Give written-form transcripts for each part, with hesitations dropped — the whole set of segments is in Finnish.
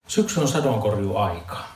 Syksy on sadonkorjuaikaa.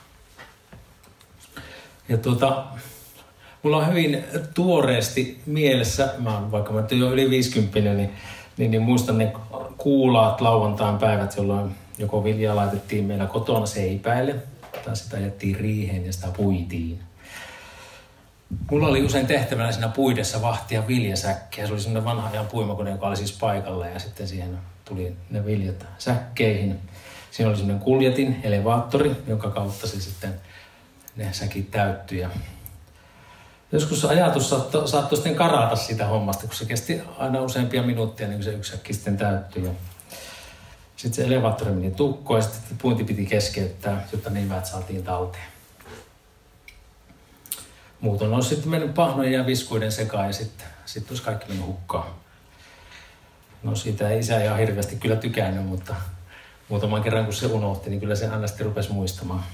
Ja mulla on hyvin tuoreesti mielessä, vaikka mä jo yli 50, niin muistan ne kuulaat lauantain päivät, jolloin joko viljaa laitettiin meillä kotona seipäille, tai sitä ajettiin riiheen ja sitä puitiin. Mulla oli usein tehtävänä siinä puidessa vahtia viljasäkkiä. Se oli semmoinen vanha ajan puimakone, joka oli siis paikalla, ja sitten siihen tuli ne viljat säkkeihin. Siinä oli semmoinen kuljetin, elevaattori, jonka kautta se sitten ne säkit täyttyi. Ja joskus ajatus saattoi sitten karata sitä hommasta, kun se kesti aina useampia minuuttia, niin kun se yksi säkki sitten täyttyi. Sitten se elevaattori meni tukkoon ja sitten puinti piti keskeyttää, jotta ne eväät saatiin talteen. Muuten olisi sitten mennyt pahnojen ja viskuiden sekaan ja sitten olisi kaikki mennyt hukkaan. No siitä ei isä ihan hirveästi kyllä tykännyt, mutta muutaman kerran kun se unohti, niin kyllä se aina sitten rupesi muistamaan.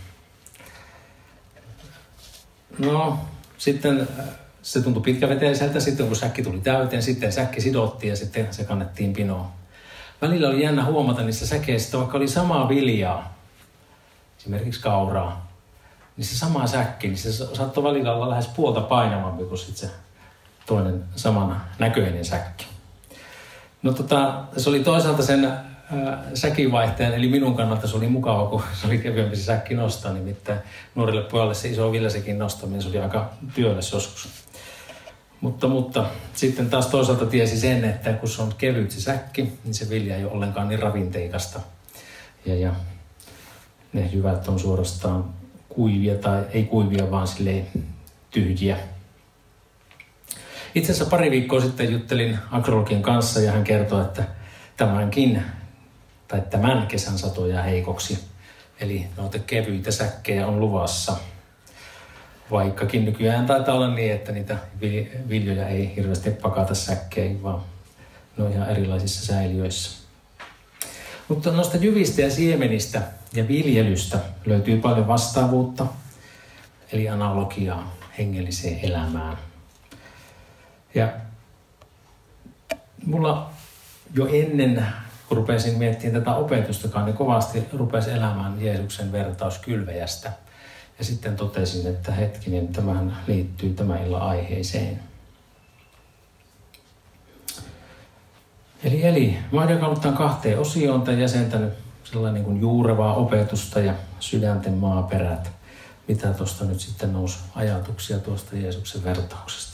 No sitten se tuntui pitkäveteiseltä, sitten kun säkki tuli täyteen, sitten säkki sidottiin ja sitten se kannettiin pinoon. Välillä oli jännä huomata niissä säkeissä, vaikka oli samaa viljaa, esimerkiksi kauraa, niin se sama säkki, niin se saattoi välillä olla lähes puolta painavampi kuin sitten se toinen saman näköinen säkki. No se oli toisaalta sen säkinvaihtajan, eli minun kannalta se oli mukava, kun se oli kevyempi se säkki nostaa, nimittäin nuorille pojalle se iso viljasäkin nostaminen, se oli aika työläs joskus. Mutta sitten taas toisaalta tiesi sen, että kun se on kevyt se säkki, niin se vilja ei ole ollenkaan niin ravinteikasta. Ja ne jyvät on suorastaan kuivia tai ei kuivia, vaan silleen tyhjiä. Itse asiassa pari viikkoa sitten juttelin agrologin kanssa ja hän kertoi, että tämän kesän sato jää heikoksi. Eli noita kevyitä säkkejä on luvassa. Vaikkakin nykyään taitaa olla niin, että niitä viljoja ei hirveästi pakata säkkeihin, vaan ne on ihan erilaisissa säiliöissä. Mutta noista jyvistä ja siemenistä ja viljelystä löytyy paljon vastaavuutta, eli analogiaa hengelliseen elämään. Ja mulla jo ennen, kun rupesin miettimään tätä opetustakaan, niin kovasti rupesi elämään Jeesuksen vertaus kylväjästä. Ja sitten totesin, että hetkinen, tämähän liittyy tämän illan aiheeseen. Eli mä oon jakanut 2 osioon tai jäsentänyt sellainen niin kuin juurevaa opetusta ja sydänten maaperät. Mitä tuosta nyt sitten nousi ajatuksia tuosta Jeesuksen vertauksesta.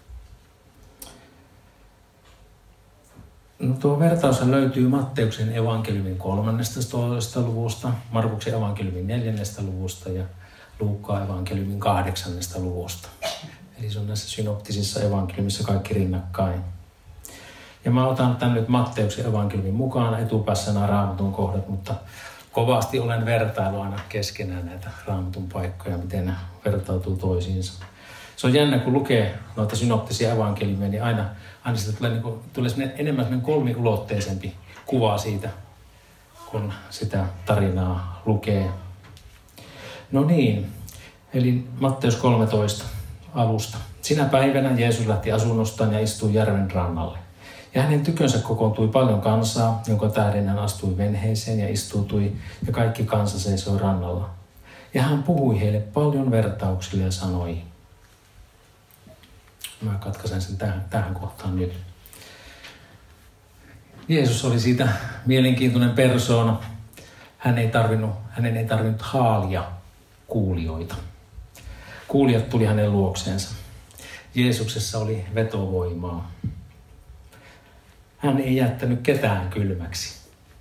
No tuo vertaus löytyy Matteuksen evankeliumin 13. luvusta, Markuksen evankeliumin 4. luvusta ja Luukkaan evankeliumin 8. luvusta. Eli se on näissä synoptisissa evankeliumissa kaikki rinnakkain. Ja mä otan tämän nyt Matteuksen evankeliumin mukaan, etupäässä nämä Raamatun kohdat, mutta kovasti olen vertailu aina keskenään näitä Raamatun paikkoja, miten ne vertautuu toisiinsa. Se on jännä, kun lukee noita synoptisia evankeliumia, niin aina siitä tulee enemmän kolmiulotteisempi kuva siitä, kun sitä tarinaa lukee. No niin, eli Matteus 13 alusta. Sinä päivänä Jeesus lähti asunnostaan ja istui järven rannalle. Ja hänen tykönsä kokoontui paljon kansaa, jonka tähden hän astui venheeseen ja istuutui, ja kaikki kansa seisoi rannalla. Ja hän puhui heille paljon vertauksilla ja sanoi. Mä katkaisen sen tähän kohtaan nyt. Jeesus oli siitä mielenkiintoinen persoona. Hänen ei tarvinnut haalia kuulijoita. Kuulijat tuli hänen luokseensa. Jeesuksessa oli vetovoimaa. Hän ei jättänyt ketään kylmäksi.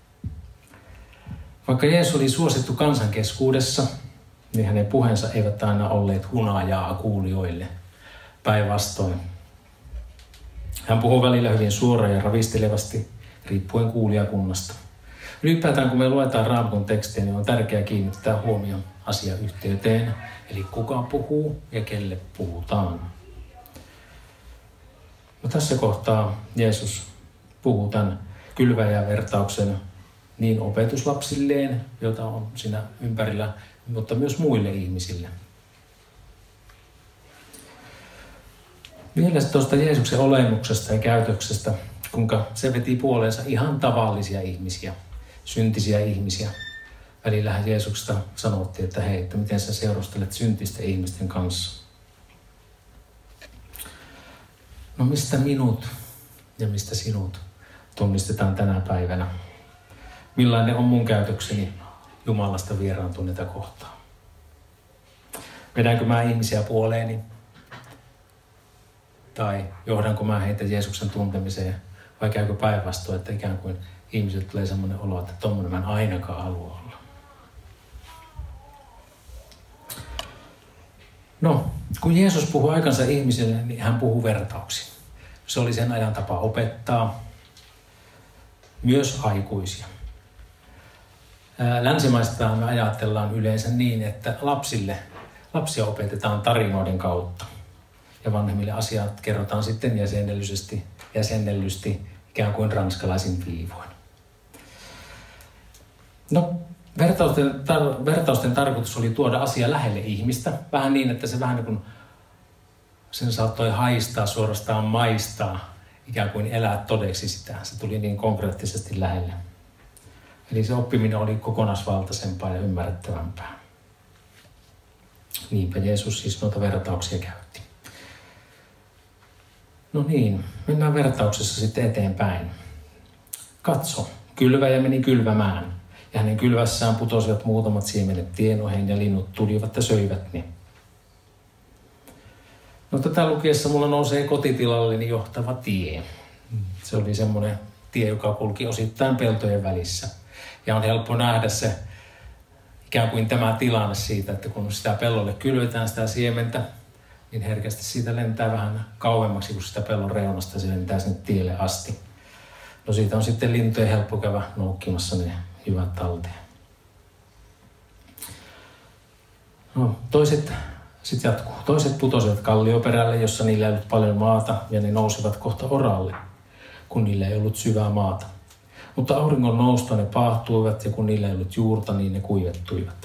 Vaikka Jeesus oli suosittu kansan keskuudessa, niin hänen puheensa eivät aina olleet hunajaa kuulijoille. Päinvastoin. Hän puhuu välillä hyvin suoraan ja ravistelevasti, riippuen kuulijakunnasta. Ylipäätään kun me luetaan Raamatun tekstiä, niin on tärkeää kiinnittää huomioon asiayhteyteen, eli kuka puhuu ja kelle puhutaan. No tässä kohtaa Jeesus puhuu tämän kylväjävertauksen niin opetuslapsilleen, jota on siinä ympärillä, mutta myös muille ihmisille. Vielä tuosta Jeesuksen olemuksesta ja käytöksestä, kuinka se veti puoleensa ihan tavallisia ihmisiä, syntisiä ihmisiä, välillähän Jeesuksesta sanottiin, että hei, että miten sä seurustelet syntisten ihmisten kanssa. No mistä minut ja mistä sinut tunnistetaan tänä päivänä? Millainen on mun käytökseni Jumalasta vieraantuneita kohtaan? Vedänkö mä ihmisiä puoleeni? Tai johdanko mä heitä Jeesuksen tuntemiseen? Vai käykö päinvastoin, että ikään kuin ihmiset tulee semmoinen olo, että tommoinen mä en ainakaan halua olla. No, kun Jeesus puhui aikansa ihmisille, niin hän puhui vertauksin. Se oli sen ajan tapa opettaa myös aikuisia. Länsimaista me ajatellaan yleensä niin, että lapsia opetetaan tarinoiden kautta. Ja vanhemmille asiat kerrotaan sitten jäsennellysti ikään kuin ranskalaisin viivoin. No, vertausten tarkoitus oli tuoda asia lähelle ihmistä. Vähän niin, että se vähän niin kuin sen saattoi haistaa, suorastaan maistaa, ikään kuin elää todeksi sitä. Se tuli niin konkreettisesti lähelle. Eli se oppiminen oli kokonaisvaltaisempaa ja ymmärrettävämpää. Niinpä Jeesus siis noita vertauksia käytti. No niin, mennään vertauksessa sitten eteenpäin. Katso, kylväjä meni kylvämään, ja hänen kylvässään putosivat muutamat siemenet tien oheen, ja linnut tulivat ja söivät ne. No tätä lukiessa mulla nousee kotitilalleni johtava tie. Se oli semmoinen tie, joka kulki osittain peltojen välissä. Ja on helppo nähdä se ikään kuin tämä tilanne siitä, että kun sitä pellolle kylvetään sitä siementä, niin herkästi siitä lentää vähän kauemmaksi kuin sitä pellon reunasta, se lentää sinne tielle asti. No siitä on sitten lintujen helppo käydä noukkimassa ne jyvät talteen. No toiset sitten jatkuu. Toiset putosivat kallioperälle, jossa niillä ei ollut paljon maata, ja ne nousivat kohta oralle, kun niillä ei ollut syvää maata. Mutta auringon nousta ne paahtuivat, ja kun niillä ei ollut juurta, niin ne kuivettuivat.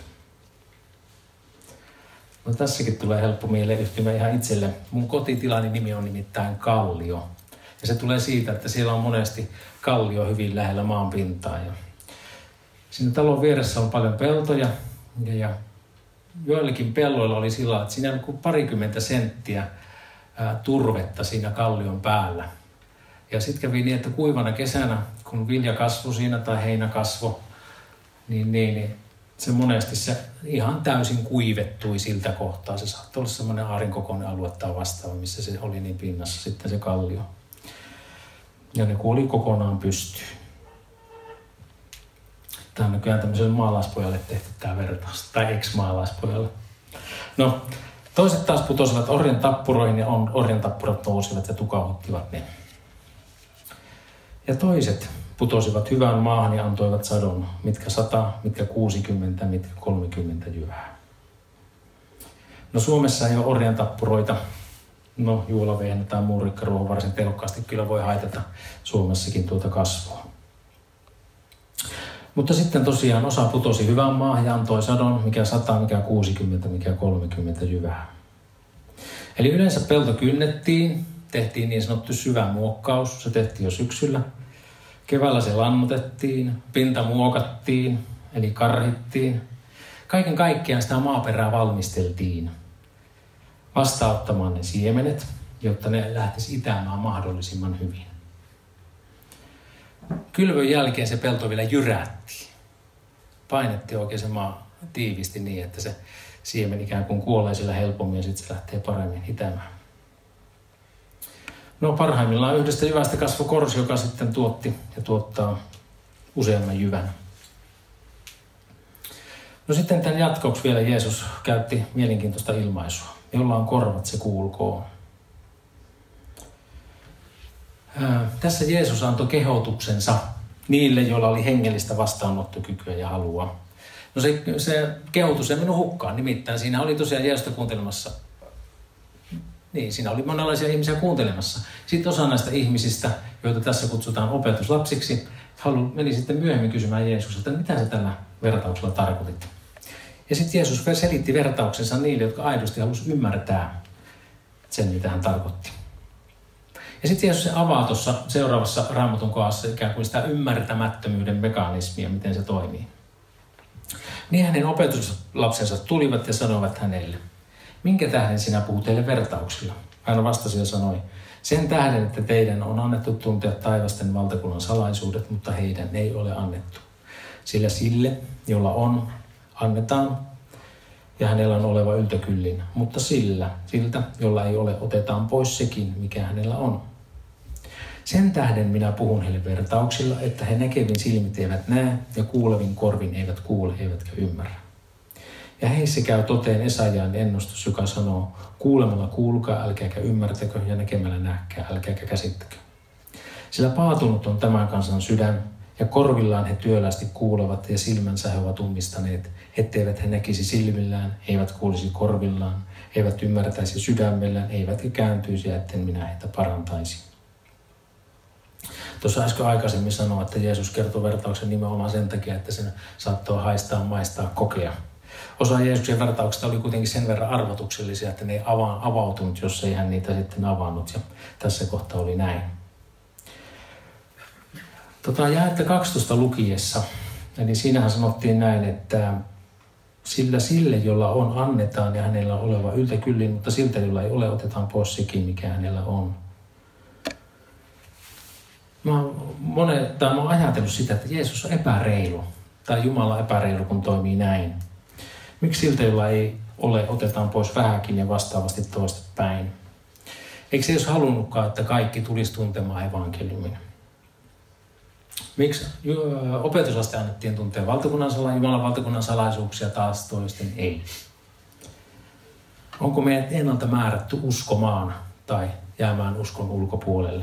No tässäkin tulee helppo mieleyhtymä ihan itselle. Mun kotitilani nimi on nimittäin Kallio. Ja se tulee siitä, että siellä on monesti kallio hyvin lähellä maanpintaa. Ja siinä talon vieressä on paljon peltoja, ja joillakin pelloilla oli sillä, että siinä on 20 senttiä turvetta siinä kallion päällä. Ja sitten kävi niin, että kuivana kesänä, kun vilja kasvoi siinä tai heinä kasvoi, niin se monesti se ihan täysin kuivettui siltä kohtaa. Se saattoi olla semmoinen aarinkokoinen alue tai vastaava, missä se oli niin pinnassa sitten se kallio. Ja ne kuoli kokonaan pystyyn. Tämä on nykyään tämmöiselle maalaispojalle tehty tämä vertaus, tai ex-maalaispojalle. No, toiset taas putosivat orjan tappuroihin ja orjan tappurat nousivat ja tukahuttivat ne. Ja toiset putosivat hyvään maahan ja antoivat sadon, mitkä 100, mitkä 60, mitkä 30 jyvää. No Suomessa ei ole orjan tappuroita. No juolavehnä tai muurikkaruoho varsin tehokkaasti kyllä voi haitata Suomessakin tuota kasvua. Mutta sitten tosiaan osa putosi hyvään maahan ja antoi sadon, mikä 100, mikä 60, mikä 30 jyvää. Eli yleensä pelto kynnettiin, tehtiin niin sanottu syvä muokkaus, se tehtiin jo syksyllä. Keväällä se lannotettiin, pinta muokattiin, eli karhittiin. Kaiken kaikkiaan sitä maaperää valmisteltiin vastaanottamaan ne siemenet, jotta ne lähtisi itämään mahdollisimman hyvin. Kylvön jälkeen se pelto vielä jyrättiin. Painettiin oikein se maa tiivisti niin, että se siemen ikään kuin kuolee sillä helpommin ja sitten se lähtee paremmin itämään. No parhaimmillaan yhdestä jyvästä kasvoi korsi, joka sitten tuotti ja tuottaa useamman jyvän. No sitten tämän jatkoksi vielä Jeesus käytti mielenkiintoista ilmaisua. Jolla on korvat, se kuulkoon. Tässä Jeesus antoi kehotuksensa niille, joilla oli hengellistä vastaanottokykyä ja halua. No se kehotus ei mennyt hukkaan, nimittäin siinä oli tosiaan Jeesusta kuuntelemassa. Niin, siinä oli monenlaisia ihmisiä kuuntelemassa. Sitten osa näistä ihmisistä, joita tässä kutsutaan opetuslapsiksi, meni sitten myöhemmin kysymään Jeesukselta, että mitä sä tällä vertauksella tarkoitit. Ja sitten Jeesus selitti vertauksensa niille, jotka aidosti halusi ymmärtää sen, mitä hän tarkoitti. Ja sitten Jeesus se avaa tuossa seuraavassa Raamatun kohdassa ikään kuin sitä ymmärtämättömyyden mekanismia, miten se toimii. Niin hänen opetuslapsensa tulivat ja sanoivat hänelle, minkä tähden sinä puhut heille vertauksilla? Hän vastasi ja sanoi, sen tähden, että teidän on annettu tuntea taivasten valtakunnan salaisuudet, mutta heidän ei ole annettu. Sillä sille, jolla on, annetaan, ja hänellä on oleva yltäkyllin, mutta siltä, jolla ei ole, otetaan pois sekin, mikä hänellä on. Sen tähden minä puhun heille vertauksilla, että he näkevin silmit eivät näe ja kuulevin korvin eivät kuule eivätkä ymmärrä. Ja heissä käy toteen Esaiaan ennustus, joka sanoo, kuulemalla kuulkaa, älkääkä ymmärtäkö, ja näkemällä nähkää, älkääkä käsittäkö. Sillä paatunut on tämän kansan sydän, ja korvillaan he työlästi kuulevat, ja silmänsä he ovat ummistaneet, etteivät he näkisi silmillään, eivät kuulisi korvillaan, eivät ymmärtäisi sydämellään, eivätkä kääntyisi, etten minä heitä parantaisi. Tuossa äsken aikaisemmin sanoin, että Jeesus kertoo vertauksen nimenomaan sen takia, että sen saattoi haistaa, maistaa, kokea. Osa Jeesuksen vertauksista oli kuitenkin sen verran arvotuksellisia, että ne ei avautunut, jos ei hän niitä sitten avannut. Ja tässä kohtaa oli näin. Jaetta 12 lukiessa, eli siinähän sanottiin näin, että sille, jolla on, annetaan ja hänellä on oleva yltäkyllin, mutta siltä, jolla ei ole, otetaan pois sekin, mikä hänellä on. Mä oon ajatellut sitä, että Jeesus on epäreilu, tai Jumala on epäreilu, kun toimii näin. Miksi siltä, jolla ei ole, otetaan pois vähäkin ja vastaavasti toista päin? Eikö se jos halunnutkaan, että kaikki tulisi tuntemaan evankeliumin? Miksi opetusaste annettiin tuntea Jumalan valtakunnan salaisuuksia, taas toisten ei? Onko meidät ennalta määrätty uskomaan tai jäämään uskon ulkopuolelle?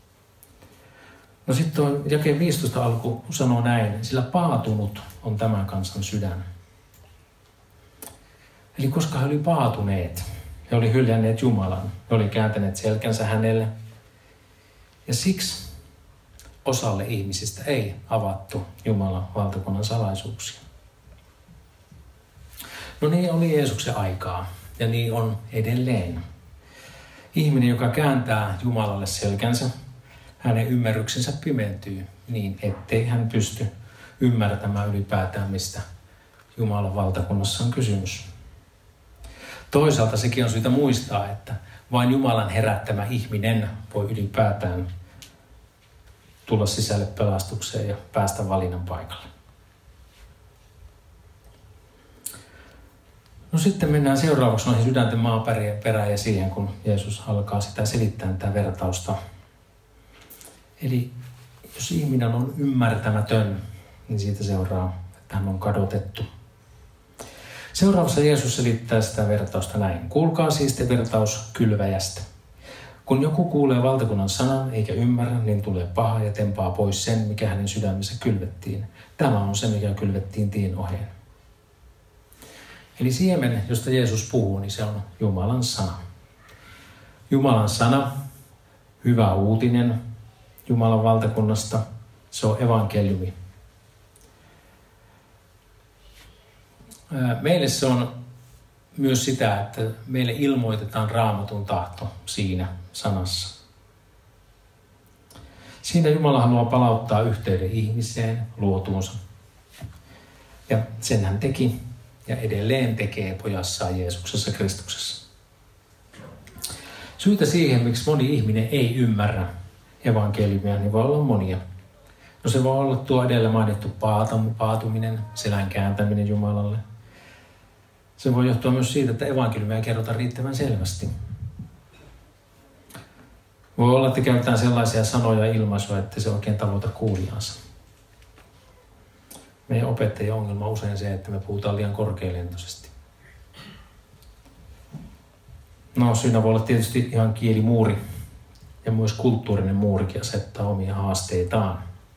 No sitten tuo jakeen 15 alku sanoo näin, sillä paatunut on tämän kansan sydän. Eli koska he oli paatuneet, he oli hyljänneet Jumalan, he oli kääntäneet selkänsä hänelle. Ja siksi osalle ihmisistä ei avattu Jumalan valtakunnan salaisuuksia. No niin oli Jeesuksen aikaa ja niin on edelleen. Ihminen, joka kääntää Jumalalle selkänsä, hänen ymmärryksensä pimentyy niin, ettei hän pysty ymmärtämään ylipäätään, mistä Jumalan valtakunnassa on kysymys. Toisaalta sekin on syytä muistaa, että vain Jumalan herättämä ihminen voi ylipäätään tulla sisälle pelastukseen ja päästä valinnan paikalle. No sitten mennään seuraavaksi noihin sydänten maaperään ja siihen, kun Jeesus alkaa sitä selittää tätä vertausta. Eli jos ihminen on ymmärtämätön, niin siitä seuraa, että hän on kadotettu. Seuraavassa Jeesus selittää sitä vertausta näin. Kuulkaa siis vertaus kylväjästä. Kun joku kuulee valtakunnan sanan eikä ymmärrä, niin tulee paha ja tempaa pois sen, mikä hänen sydämessä kylvettiin. Tämä on se, mikä kylvettiin tien oheen. Eli siemen, josta Jeesus puhuu, niin se on Jumalan sana. Jumalan sana, hyvä uutinen Jumalan valtakunnasta, se on evankeliumi. Meille se on myös sitä, että meille ilmoitetaan Raamatun tahto siinä sanassa. Siinä Jumala haluaa palauttaa yhteyden ihmiseen, luotuunsa. Ja sen hän teki ja edelleen tekee pojassaan Jeesuksessa Kristuksessa. Syitä siihen, miksi moni ihminen ei ymmärrä evankeliumia, niin voi olla monia. No se voi olla tuo edellä mainittu paatuminen, selän kääntäminen Jumalalle. Se voi johtua myös siitä, että evankeliumia ei kerrota riittävän selvästi. Voi olla, että käytetään sellaisia sanoja ja ilmaisuja, että se oikein tavoita kuulijansa. Meidän opettajien ongelma on usein se, että me puhutaan liian korkealentoisesti. No, siinä voi olla tietysti ihan kielimuuri ja myös kulttuurinen muurikin asettaa omia haasteitaan.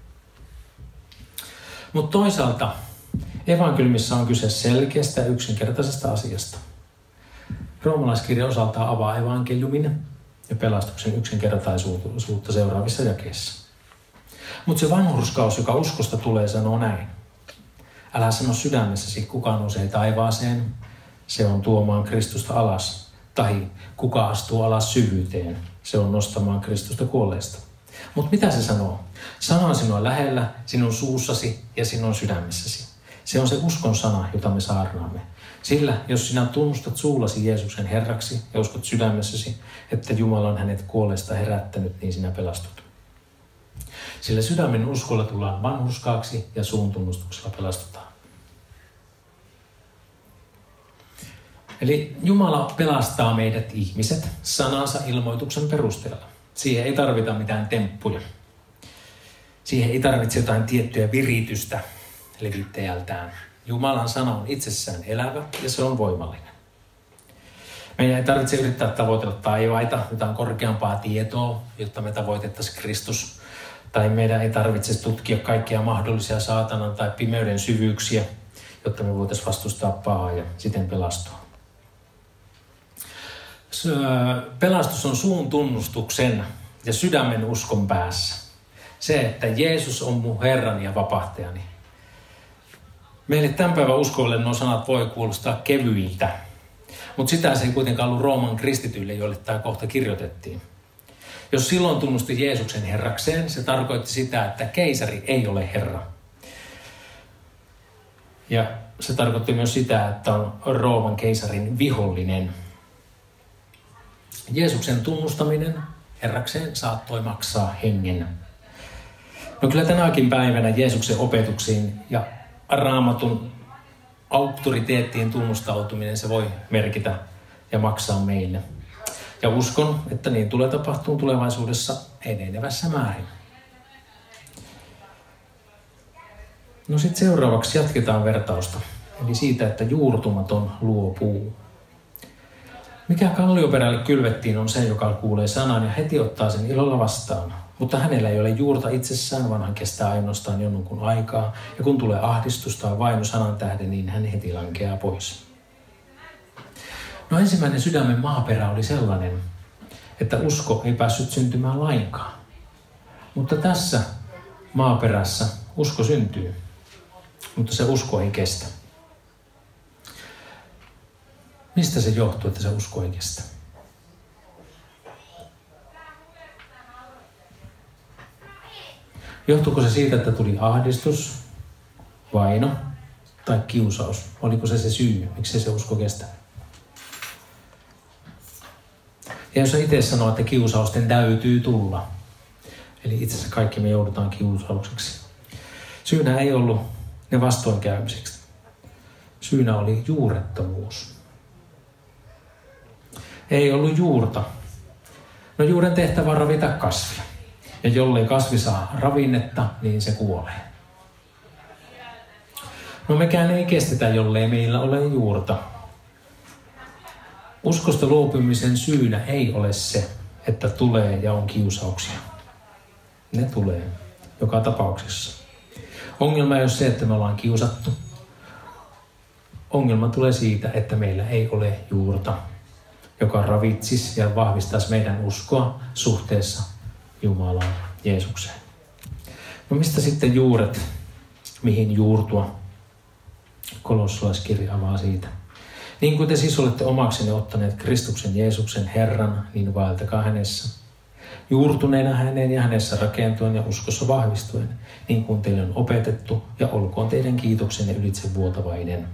Mutta toisaalta evankeliumissa on kyse selkeästä ja yksinkertaisesta asiasta. Roomalaiskirja osaltaan avaa evankeliumin ja pelastuksen yksinkertaisuutta seuraavissa jakeissa. Mutta se vanhurskaus, joka uskosta tulee, sanoo näin. Älä sano sydämessäsi, kuka nousee taivaaseen, se on tuomaan Kristusta alas. Tai kuka astuu alas syvyyteen, se on nostamaan Kristusta kuolleista. Mutta mitä se sanoo? Sana on sinua lähellä, sinun suussasi ja sinun sydämessäsi. Se on se uskon sana, jota me saarnaamme. Sillä, jos sinä tunnustat suullasi Jeesuksen Herraksi ja uskot sydämessäsi, että Jumala on hänet kuolleesta herättänyt, niin sinä pelastut. Sillä sydämen uskolla tullaan vanhurskaaksi ja suun tunnustuksella pelastutaan. Eli Jumala pelastaa meidät ihmiset sanansa ilmoituksen perusteella. Siihen ei tarvita mitään temppuja. Siihen ei tarvitse jotain tiettyä viritystä levittäjältään. Jumalan sana on itsessään elävä ja se on voimallinen. Meidän ei tarvitse yrittää tavoitella taivaita, jotain korkeampaa tietoa, jotta me tavoitettaisiin Kristus. Tai meidän ei tarvitse tutkia kaikkia mahdollisia saatanan tai pimeyden syvyyksiä, jotta me voitaisiin vastustaa pahaa ja siten pelastua. Pelastus on suun tunnustuksen ja sydämen uskon päässä. Se, että Jeesus on mun Herrani ja vapahtajani. Meille tämän päivän uskoille nuo sanat voi kuulostaa kevyiltä, mutta sitä se ei kuitenkaan ollut Rooman kristityille, joille tämä kohta kirjoitettiin. Jos silloin tunnusti Jeesuksen Herrakseen, se tarkoitti sitä, että keisari ei ole Herra. Ja se tarkoitti myös sitä, että on Rooman keisarin vihollinen. Jeesuksen tunnustaminen Herrakseen saattoi maksaa hengen. No kyllä tänäkin päivänä Jeesuksen opetuksiin ja Raamatun auktoriteettiin tunnustautuminen se voi merkitä ja maksaa meille. Ja uskon, että niin tulee tapahtumaan tulevaisuudessa enenevässä määrin. No sitten seuraavaksi jatketaan vertausta. Eli siitä, että juurtumaton luopuu. Mikä kallioperälle kylvettiin on se, joka kuulee sanan ja heti ottaa sen ilolla vastaan. Mutta hänellä ei ole juurta itsessään, vaan hän kestää ainoastaan jonkun aikaa. Ja kun tulee ahdistus tai vaino sanan tähden, niin hän heti lankeaa pois. No ensimmäinen sydämen maaperä oli sellainen, että usko ei päässyt syntymään lainkaan. Mutta tässä maaperässä usko syntyy, mutta se usko ei kestä. Mistä se johtuu, että se usko ei kestä? Johtuuko se siitä, että tuli ahdistus, vaino tai kiusaus? Oliko se syy, miksi se usko kestää? Ja jos itse sanoo, että kiusausten täytyy tulla, eli itse asiassa kaikki me joudutaan kiusaukseksi. Syynä ei ollut ne vastoinkäymiseksi. Syynä oli juurettomuus. Ei ollut juurta. No juuren tehtävä on ravita kasvia. Ja jollei kasvi saa ravinnetta, niin se kuolee. No mekään ei kestetä, jollei meillä ole juurta. Uskosta luopumisen syynä ei ole se, että tulee ja on kiusauksia. Ne tulee joka tapauksessa. Ongelma ei ole se, että me ollaan kiusattu. Ongelma tulee siitä, että meillä ei ole juurta, joka ravitsisi ja vahvistaisi meidän uskoa suhteessa Jumalaan, Jeesukseen. No mistä sitten juuret? Mihin juurtua? Kolossalaiskirja avaa siitä. Niin kuin te siis olette omaksenne ottaneet Kristuksen Jeesuksen Herran, niin vaeltakaa hänessä. Juurtuneena häneen ja hänessä rakentuen ja uskossa vahvistuen, niin kuin teille on opetettu, ja olkoon teidän kiitoksenne ylitse vuotavainen.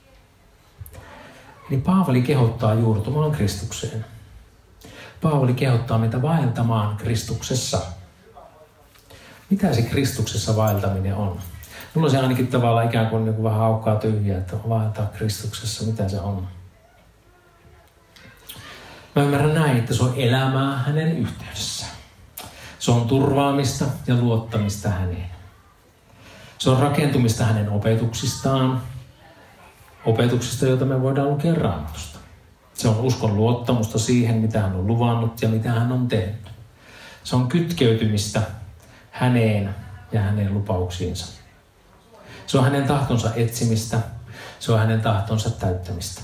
Eli Paavali kehottaa juurtumaan Kristukseen. Paavali kehottaa meitä vaeltamaan Kristuksessa. Mitä se Kristuksessa vaeltaminen on? Mulla se ainakin tavallaan ikään kuin joku vähän haukkaa tyhjää, että vaeltaa Kristuksessa. Mitä se on? Mä ymmärrän näin, että se on elämää hänen yhteydessään. Se on turvaamista ja luottamista häneen. Se on rakentumista hänen opetuksistaan. Opetuksista, joita me voidaan lukea Raamatusta. Se on uskon luottamusta siihen, mitä hän on luvannut ja mitä hän on tehnyt. Se on kytkeytymistä häneen ja hänen lupauksiinsa. Se on hänen tahtonsa etsimistä. Se on hänen tahtonsa täyttämistä.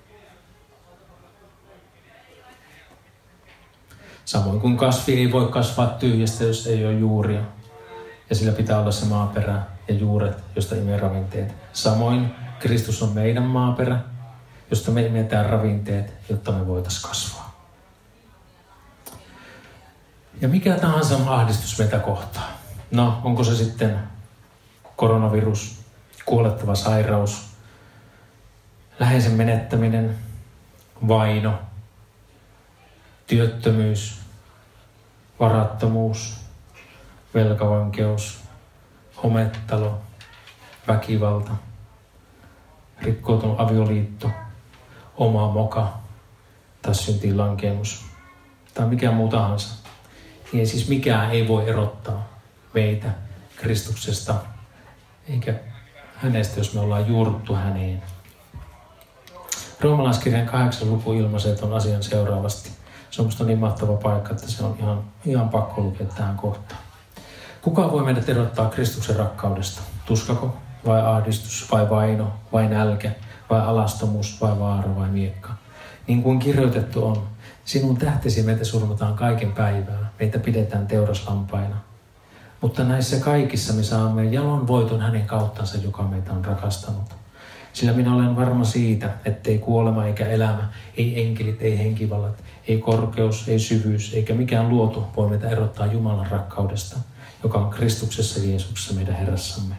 Samoin kuin kasvi ei voi kasvaa tyhjästä, jos ei ole juuria. Ja sillä pitää olla se maaperä ja juuret, josta imee ravinteet. Samoin Kristus on meidän maaperä, josta me imetään ravinteet, jotta me voitaisiin kasvaa. Ja mikä tahansa ahdistus meitä kohtaa. No, onko se sitten koronavirus, kuolettava sairaus, läheisen menettäminen, vaino, työttömyys, varattomuus, velkavankeus, homettalo, väkivalta, rikkoutunut avioliitto, oma moka tai syntiin lankemus tai mikä muu tahansa. Niin siis mikään ei voi erottaa meitä Kristuksesta eikä hänestä, jos me ollaan juurruttu häneen. Roomalaiskirjan 8. luku ilmaisee tuon asian seuraavasti. Se on musta niin mahtava paikka, että se on ihan pakko lukea tähän kohtaan. Kuka voi meidät erottaa Kristuksen rakkaudesta? Tuskako vai ahdistus vai vaino vai nälkä vai alastomuus vai vaara vai miekka? Niin kuin kirjoitettu on, sinun tähtesi meitä surmataan kaiken päivää, meitä pidetään teuraslampaina. Mutta näissä kaikissa me saamme jalon voiton hänen kauttansa, joka meitä on rakastanut. Sillä minä olen varma siitä, ettei kuolema eikä elämä, ei enkelit, ei henkivallat, ei korkeus, ei syvyys, eikä mikään luotu voi meitä erottaa Jumalan rakkaudesta, joka on Kristuksessa Jeesuksessa meidän Herrassamme.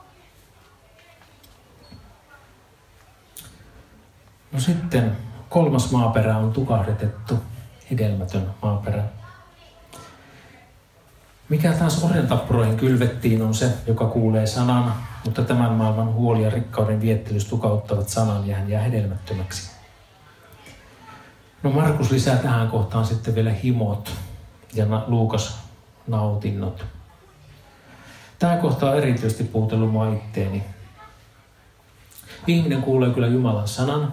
No sitten 3. maaperä on tukahdutettu, hedelmätön maaperä. Mikä taas orjantappuroihin kylvettiin on se, joka kuulee sanan, mutta tämän maailman huoli ja rikkauden viettelys tukauttavat sanan ja hän jää hedelmättömäksi. No Markus lisää tähän kohtaan sitten vielä himot ja Luukas nautinnot. Tämä kohta on erityisesti puhutellut mua itteeni. Ihminen kuulee kyllä Jumalan sanan,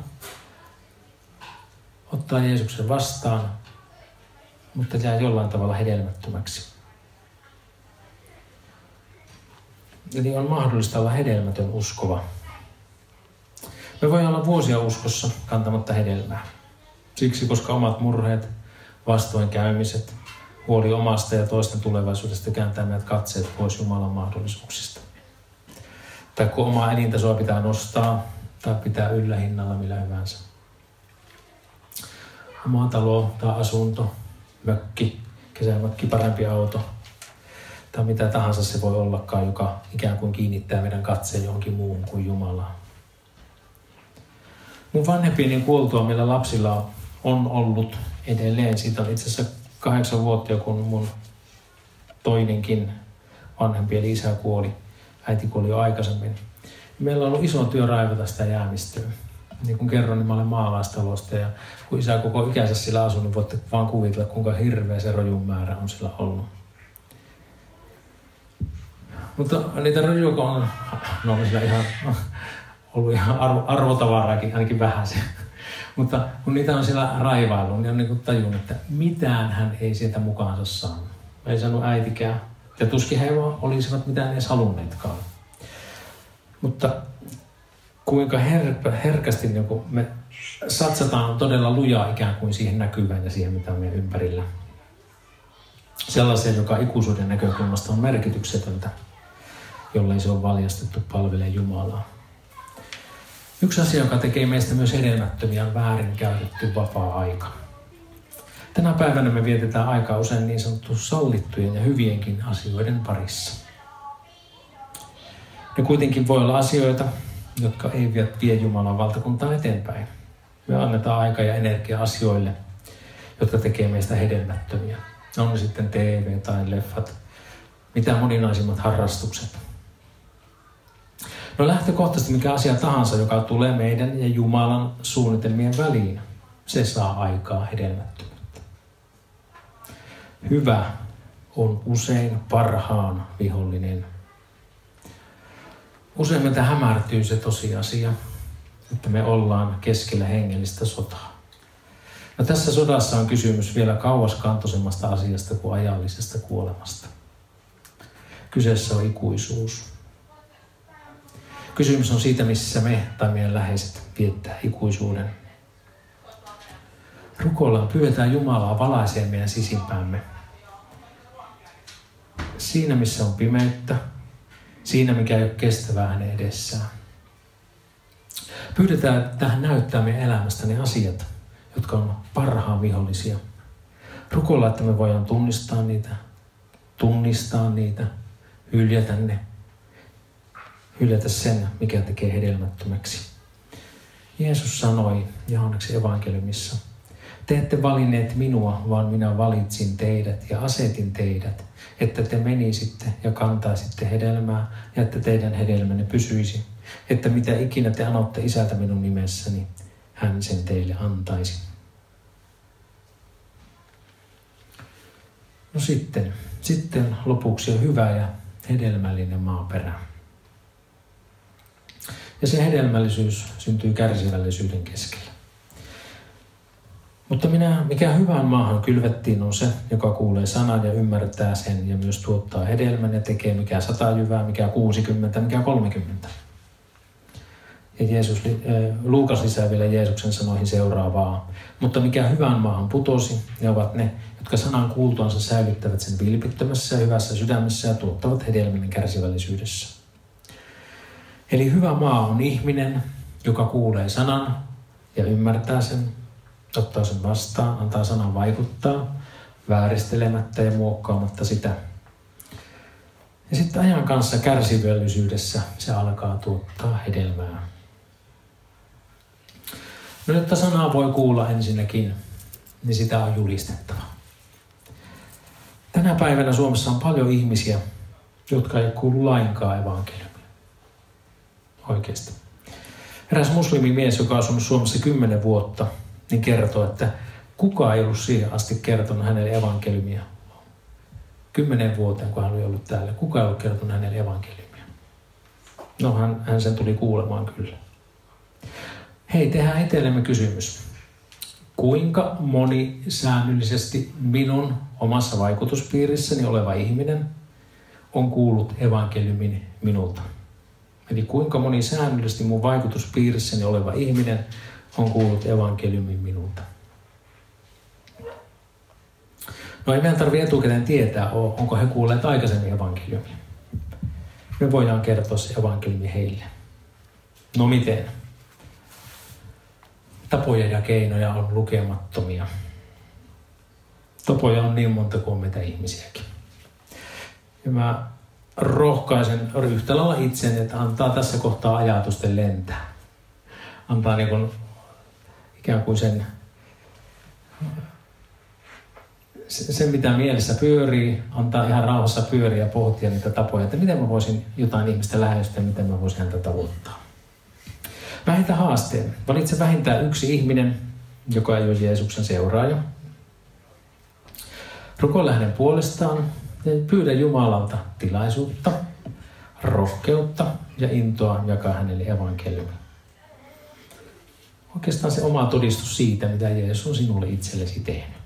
ottaa Jeesuksen vastaan, mutta jää jollain tavalla hedelmättömäksi. Eli on mahdollista olla hedelmätön uskova. Me voidaan olla vuosia uskossa kantamatta hedelmää. Siksi, koska omat murheet, vastoinkäymiset, huoli omasta ja toisten tulevaisuudesta kääntää meidät katseet pois Jumalan mahdollisuuksista. Tai kun omaa elintasoa pitää nostaa tai pitää yllä hinnalla millä hyvänsä. Oma talo tai asunto, mökki, kesämökki, parempi auto tai mitä tahansa se voi ollakaan, joka ikään kuin kiinnittää meidän katseen johonkin muuhun kuin Jumalaan. Mun vanhempieni kuoltua meillä lapsilla on ollut edelleen. Siitä on itse asiassa 8 vuotta, kun mun toinenkin vanhempi eli isä kuoli. Äiti kuoli jo aikaisemmin. Meillä on ollut iso työ raivata sitä jäämistöä. Niin kuin kerron, niin mä olen maalaistalosta ja kun isä koko ikänsä sillä asunut, niin voitte vaan kuvitella, kuinka hirveä se rojun määrä on sillä ollut. Mutta niitä rojuja on sillä ihan ollut ihan arvotavaraakin, ainakin vähän se. Mutta kun niitä on siellä raivailu, niin on niin kuin tajunnut, että mitään hän ei sieltä mukaansa saanut. Ei saanut äitikään. Ja tuskin he olisivat mitään edes halunneetkaan. Mutta kuinka herkästi niin kun me satsataan todella lujaa ikään kuin siihen näkyvään ja siihen, mitä on meidän ympärillä. Sellaiseen, joka ikuisuuden näkökulmasta on merkityksetöntä, jollei se on valjastettu palvelemaan Jumalaa. Yksi asia, joka tekee meistä myös hedelmättömiä, on väärinkäytetty vapaa-aika. Tänä päivänä me vietetään aikaa usein niin sanottu sallittujen ja hyvienkin asioiden parissa. Ne kuitenkin voi olla asioita, jotka eivät vie Jumalan valtakuntaa eteenpäin. Me annetaan aika ja energia asioille, jotka tekee meistä hedelmättömiä. On ne sitten TV tai leffat, mitä moninaisimmat harrastukset. No lähtökohtaisesti mikä asia tahansa, joka tulee meidän ja Jumalan suunnitelmien väliin, se saa aikaa hedelmättömyyttä. Hyvä on usein parhaan vihollinen. Usein meiltä hämärtyy se tosiasia, että me ollaan keskellä hengellistä sotaa. No tässä sodassa on kysymys vielä kauaskantoisemmasta asiasta kuin ajallisesta kuolemasta. Kyseessä on ikuisuus. Kysymys on siitä, missä me tai meidän läheiset viettää ikuisuuden. Rukoillaan, pyydetään Jumalaa valaisee meidän sisimpäämme. Siinä, missä on pimeyttä, siinä, mikä ei ole kestävää hänen edessään. Pyydetään, että hän näyttää meidän elämästä ne asiat, jotka on parhaan vihollisia. Rukoillaan, että me voidaan tunnistaa niitä, hyljätä ne. hylätä sen, mikä tekee hedelmättömäksi. Jeesus sanoi Johanneksen evankeliumissa, te ette valinneet minua, vaan minä valitsin teidät ja asetin teidät, että te menisitte ja kantaisitte hedelmää ja että teidän hedelmänne pysyisi, että mitä ikinä te anotte Isältä minun nimessäni, hän sen teille antaisi. No sitten lopuksi on hyvä ja hedelmällinen maaperä. Ja se hedelmällisyys syntyy kärsivällisyyden keskellä. Mutta mikä hyvään maahan kylvettiin on se, joka kuulee sanan ja ymmärtää sen ja myös tuottaa hedelmän ja tekee mikä 100 jyvää, mikä 60, mikä 30. Ja Luukas lisää vielä Jeesuksen sanoihin seuraavaa. Mutta mikä hyvään maahan putosi, ne ovat ne, jotka sanan kuultuansa säilyttävät sen vilpittömässä ja hyvässä sydämessä ja tuottavat hedelmän kärsivällisyydessä. Eli hyvä maa on ihminen, joka kuulee sanan ja ymmärtää sen, ottaa sen vastaan, antaa sanan vaikuttaa, vääristelemättä ja muokkaamatta sitä. Ja sitten ajan kanssa kärsivällisyydessä se alkaa tuottaa hedelmää. No jotta sanaa voi kuulla ensinnäkin, niin sitä on julistettava. Tänä päivänä Suomessa on paljon ihmisiä, jotka ei kuulu lainkaan evankeliumia. Oikeasti. Eräs muslimimies, joka on asunut Suomessa 10 vuotta, niin kertoo, että kukaan ei ollut siihen asti kertonut hänelle evankeliumia. 10 vuoteen, kun hän oli ollut täällä. Kukaan ei ollut kertonut hänelle evankeliumia. No hän sen tuli kuulemaan kyllä. Hei, tehdään itsellemme kysymys. Kuinka moni säännöllisesti minun omassa vaikutuspiirissäni oleva ihminen on kuullut evankeliumin minulta? Eli kuinka moni säännöllisesti mun vaikutuspiirissäni oleva ihminen on kuullut evankeliumin minulta? No ei meidän tarvitse etukäteen tietää, onko he kuulleet aikaisemmin evankeliumia. Me voidaan kertoa se evankeliumi heille. No miten? Tapoja ja keinoja on lukemattomia. Tapoja on niin monta kuin meitä ihmisiäkin. Ja mä rohkaisen yhtä lailla itseni, että antaa tässä kohtaa ajatusten lentää. Antaa niin kuin, ikään kuin sen, mitä mielessä pyörii, antaa ihan rauhassa pyöriä ja pohtia niitä tapoja, että miten mä voisin jotain ihmistä lähestyä, miten mä voisin häntä tavoittaa. Mä heitän haasteen. Valitse vähintään yksi ihminen, joka ei ole Jeesuksen seuraaja. Rukoile hänen puolestaan ja pyydä Jumalalta tilaisuutta, rohkeutta ja intoa jakaa hänelle evankeliumi. Oikeastaan se oma todistus siitä, mitä Jeesus on sinulle itsellesi tehnyt.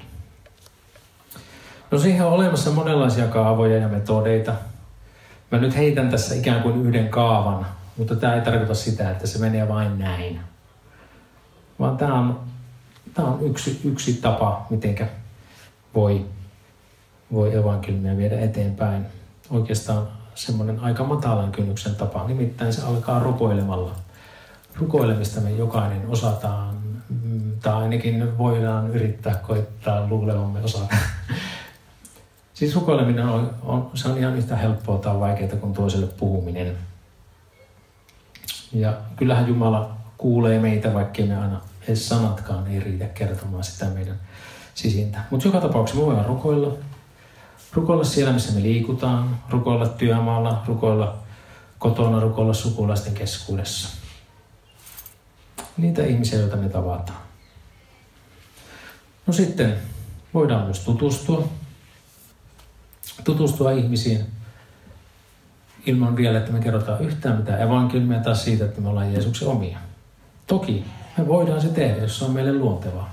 No siihen on olemassa monenlaisia kaavoja ja metodeita. Mä nyt heitän tässä ikään kuin yhden kaavan, mutta tämä ei tarkoita sitä, että se menee vain näin. Vaan tämä on yksi tapa, mitenkä voi evankeliumia viedä eteenpäin. Oikeastaan semmoinen aika matalan kynnyksen tapa, nimittäin se alkaa rukoilemalla. Rukoilemista me jokainen osataan, tai ainakin voidaan yrittää koittaa luulevamme osata. Siis rukoileminen se on ihan yhtä helppoa tai vaikeaa kuin toiselle puhuminen. Ja kyllähän Jumala kuulee meitä, vaikkei me aina edes sanatkaan ei riitä kertomaan sitä meidän sisintä. Mutta joka tapauksessa me voidaan rukoilla. Rukoilla siellä, missä me liikutaan, rukoilla työmaalla, rukoilla kotona, rukoilla sukulaisten keskuudessa. Niitä ihmisiä, joita me tavataan. No sitten voidaan myös tutustua ihmisiin ilman vielä, että me kerrotaan yhtään mitään evankeliumia tai siitä, että me ollaan Jeesuksen omia. Toki me voidaan se tehdä, jos se on meille luontevaa.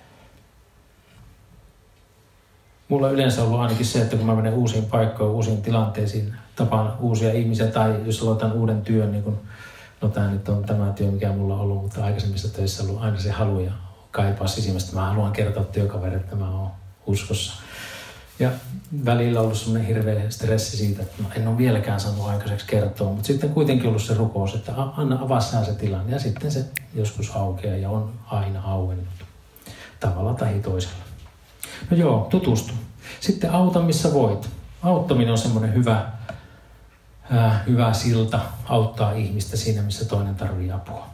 Mulla on yleensä ollut ainakin se, että kun mä menen uusiin paikkoihin, uusiin tilanteisiin, tapaan uusia ihmisiä tai jos aloitan uuden työn, niin kun, no tämä nyt on tämä työ, mikä mulla on ollut, mutta aikaisemmissa töissä on ollut aina se halu ja kaipaus sisimmästä. Mä haluan kertoa työkaverille, että mä oon uskossa. Ja välillä on ollut semmoinen hirveä stressi siitä, että en ole vieläkään saanut aikaiseksi kertoa, mutta sitten kuitenkin ollut se rukous, että anna avaa se tilanne ja sitten se joskus aukeaa ja on aina auennut tavalla tai toisella. No joo, tutustu. Sitten auta missä voit. Auttaminen on semmoinen hyvä silta auttaa ihmistä siinä, missä toinen tarvitsee apua.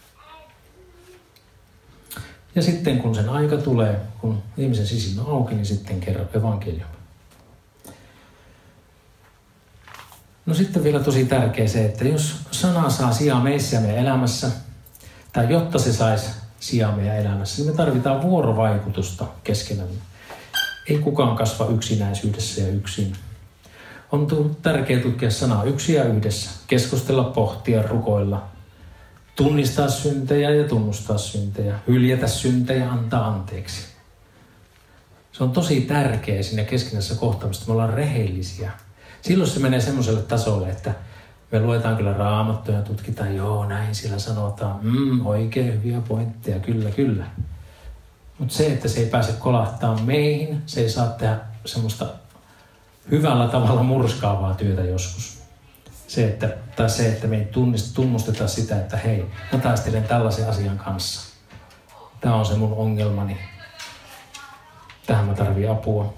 Ja sitten kun sen aika tulee, kun ihmisen sisimä on auki, niin sitten kerro evankeliumi. No sitten vielä tosi tärkeä se, että jos sana saa sijaa meissä ja meidän elämässä, tai jotta se saisi sijaa meidän elämässä, niin me tarvitaan vuorovaikutusta keskenämme. Ei kukaan kasva yksinäisyydessä ja yksin. On tärkeää tutkia sanaa yksin ja yhdessä, keskustella, pohtia, rukoilla, tunnistaa syntejä ja tunnustaa syntejä, hyljätä syntejä, antaa anteeksi. Se on tosi tärkeää siinä keskinäisessä kohtaamisessa, että me ollaan rehellisiä. Silloin se menee semmoiselle tasolle, että me luetaan kyllä Raamattua ja tutkitaan, joo näin siellä sanotaan, oikein hyviä pointteja, kyllä. Mutta se, että se ei pääse kolahtaa meihin, se ei saa tehdä semmoista hyvällä tavalla murskaavaa työtä joskus. Se, että me ei tunnusteta sitä, että hei, mä taistelen tällaisen asian kanssa. Tämä on se mun ongelmani. Tähän mä tarvitsen apua.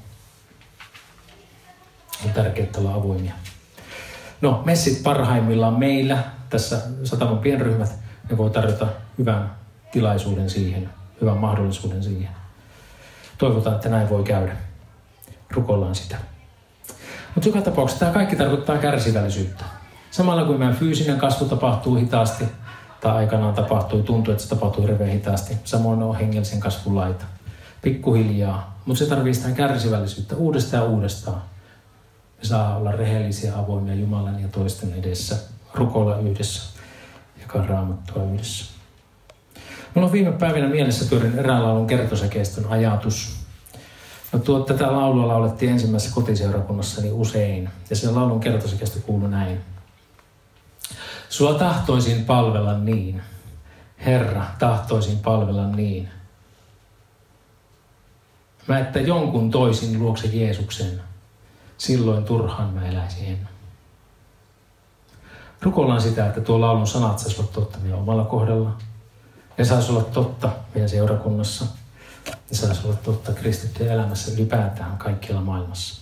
On tärkeää olla avoimia. No, messit parhaimmillaan meillä, tässä Sataman pienryhmät, ne voi tarjota hyvän tilaisuuden siihen, hyvän mahdollisuuden siihen. Toivotaan, että näin voi käydä. Rukoillaan sitä. Mutta joka tapauksessa tämä kaikki tarkoittaa kärsivällisyyttä. Samalla kuin meidän fyysinen kasvu tapahtuu hitaasti, tai aikanaan tuntuu, että se tapahtuu hirveän hitaasti. Samoin on hengellisen kasvun laita. Pikkuhiljaa, mutta se tarvitsee sitä kärsivällisyyttä uudestaan ja uudestaan. Me saa olla rehellisiä, avoimia Jumalan ja toisten edessä, rukoilla yhdessä, jakaa Raamattua yhdessä. Mulla on viime päivinä mielessä pyörin erään laulun kertosäkeistön ajatus. Tätä laulua laulettiin ensimmäisessä kotiseurakunnassani usein, ja se laulun kertosäkeistö kuului näin. Sua tahtoisin palvella niin, Herra, tahtoisin palvella niin. Mä että jonkun toisin luokse Jeesuksen, silloin turhaan mä eläisin. Rukoillaan sitä, että tuo laulun sanat saisi olla totta meidän omalla kohdalla. Ne saisi olla totta meidän seurakunnassa. Ne saisi olla totta kristittyjen elämässä ylipäätään kaikkialla maailmassa.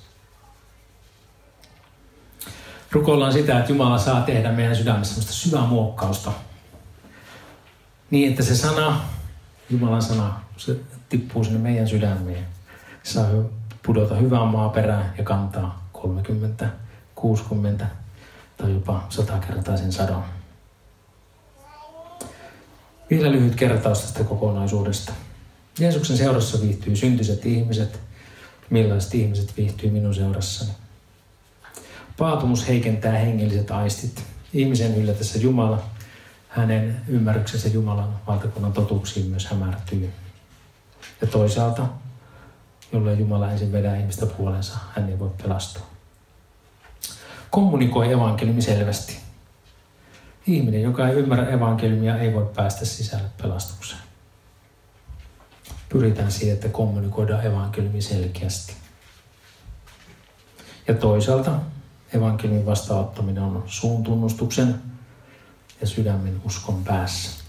Rukoillaan sitä, että Jumala saa tehdä meidän sydämessä sellaista syvää muokkausta. Niin, että se sana, Jumalan sana, se tippuu sinne meidän sydämeen. Se saa pudota hyvään maaperään ja kantaa 30, 60 tai jopa 100-kertaisen sadon. Vielä lyhyt kertaus tästä kokonaisuudesta. Jeesuksen seurassa viihtyy syntiset ihmiset. Millaiset ihmiset viihtyy minun seurassani? Paatumus heikentää hengelliset aistit. Ihmisen yllätessä Jumala, hänen ymmärryksensä Jumalan valtakunnan totuuksiin myös hämärtyy. Ja toisaalta, jolle Jumala ensin vedää ihmistä puolensa, hän ei voi pelastua. Kommunikoi evankeliumi selvästi. Ihminen, joka ei ymmärrä evankeliumia, ei voi päästä sisälle pelastukseen. Pyritään siihen, että kommunikoidaan evankeliumi selkeästi. Ja toisaalta evankeliumin vastaanottaminen on suun tunnustuksen ja sydämen uskon päässä.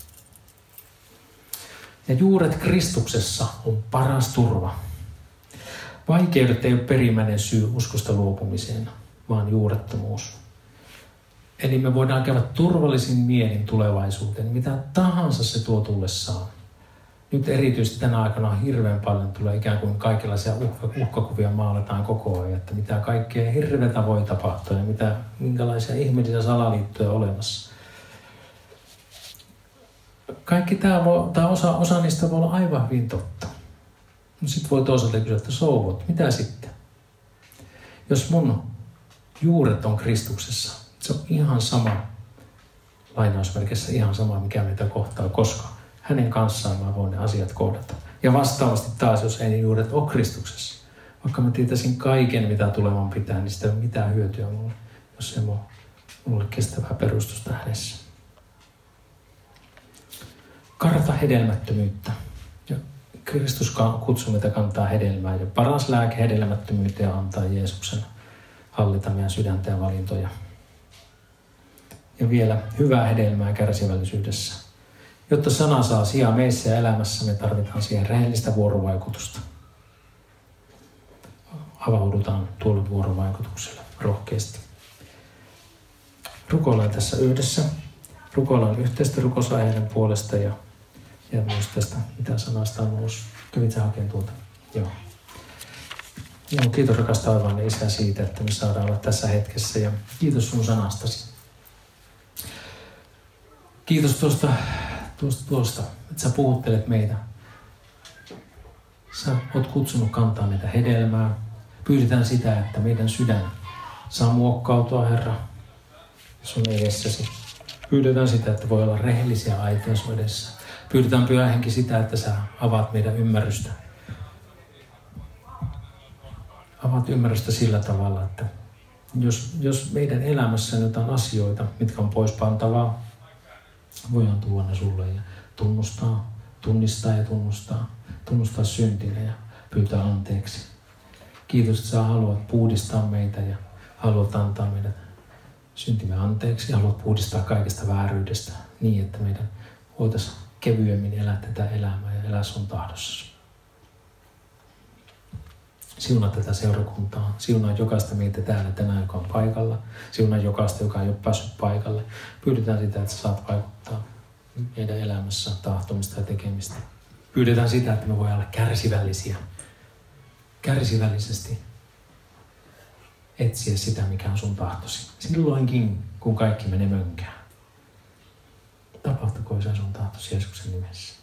Ja juuret Kristuksessa on paras turva. Vaikeudet ei ole perimmäinen syy uskosta luopumiseen, vaan juurettomuus. Eli me voidaan käydä turvallisin mielin tulevaisuuteen, mitä tahansa se tuo tullessaan. Nyt erityisesti tänä aikana hirveän paljon tulee ikään kuin kaikenlaisia uhkakuvia maalataan koko ajan, että mitä kaikkea hirveätä voi tapahtua ja minkälaisia ihmeellisiä salaliittoja on olemassa. Kaikki osa niistä voi olla aivan hyvin totta. Sitten voi toisaalta kysyä, että souvot, mitä sitten? Jos mun juuret on Kristuksessa, se on ihan sama, lainausmerkissä ihan sama, mikä meitä kohtaa, koska hänen kanssaan mä voin ne asiat kohdata. Ja vastaavasti taas, jos ei juuret ole Kristuksessa, vaikka mä tietäisin kaiken, mitä tulevan pitää, niin sitä ei ole mitään hyötyä mulle, jos ei mulle kestävää perustusta hänessä. Karta hedelmättömyyttä. Ja Kristus kutsuu meitä kantaa hedelmää. Ja paras lääke hedelmättömyyteen antaa Jeesuksen hallita meidän sydäntä ja valintoja. Ja vielä hyvää hedelmää kärsivällisyydessä. Jotta sana saa sijaa meissä ja elämässä, me tarvitaan siihen rehellistä vuorovaikutusta. Avaudutaan tuolle vuorovaikutukselle rohkeasti. Rukoillaan tässä yhdessä. Rukoillaan yhteistä rukosaiheiden puolesta ja myös tästä, mitä sanasta on noussut. Kävit sä hakemaan tuolta? Joo. Joo, kiitos rakas taivaallinen Isä siitä, että me saadaan olla tässä hetkessä ja kiitos sun sanastasi. Kiitos tuosta, että sä puhuttelet meitä. Sä oot kutsunut kantaa meitä hedelmää. Pyydetään sitä, että meidän sydän saa muokkautua, Herra, sun edessäsi. Pyydetään sitä, että voi olla rehellisiä aitoja sun edessä. Pyydetään Pyhä Henki sitä, että sä avaat meidän ymmärrystä. Avaat ymmärrystä sillä tavalla, että jos meidän elämässä on jotain asioita, mitkä on pois pantavaa, voidaan tuoda ne sulle ja tunnistaa ja tunnustaa syntinä ja pyytää anteeksi. Kiitos, että sä haluat puhdistaa meitä ja haluat antaa meidän syntimme anteeksi. Haluat puhdistaa kaikesta vääryydestä niin, että meidän voitaisiin kevyemmin elää tätä elämää ja elää sun tahdossa. Siunaa tätä seurakuntaa. Siunaa jokaista meitä täällä tänään, joka on paikalla. Siunaa jokaista, joka ei ole päässyt paikalle. Pyydetään sitä, että sä saat vaikuttaa meidän elämässä tahtomista ja tekemistä. Pyydetään sitä, että me voidaan olla kärsivällisiä. Kärsivällisesti etsiä sitä, mikä on sun tahtosi. Silloinkin, kun kaikki menee mönkään. Tapahtukoon se sun tahtosi Jeesuksen nimessä.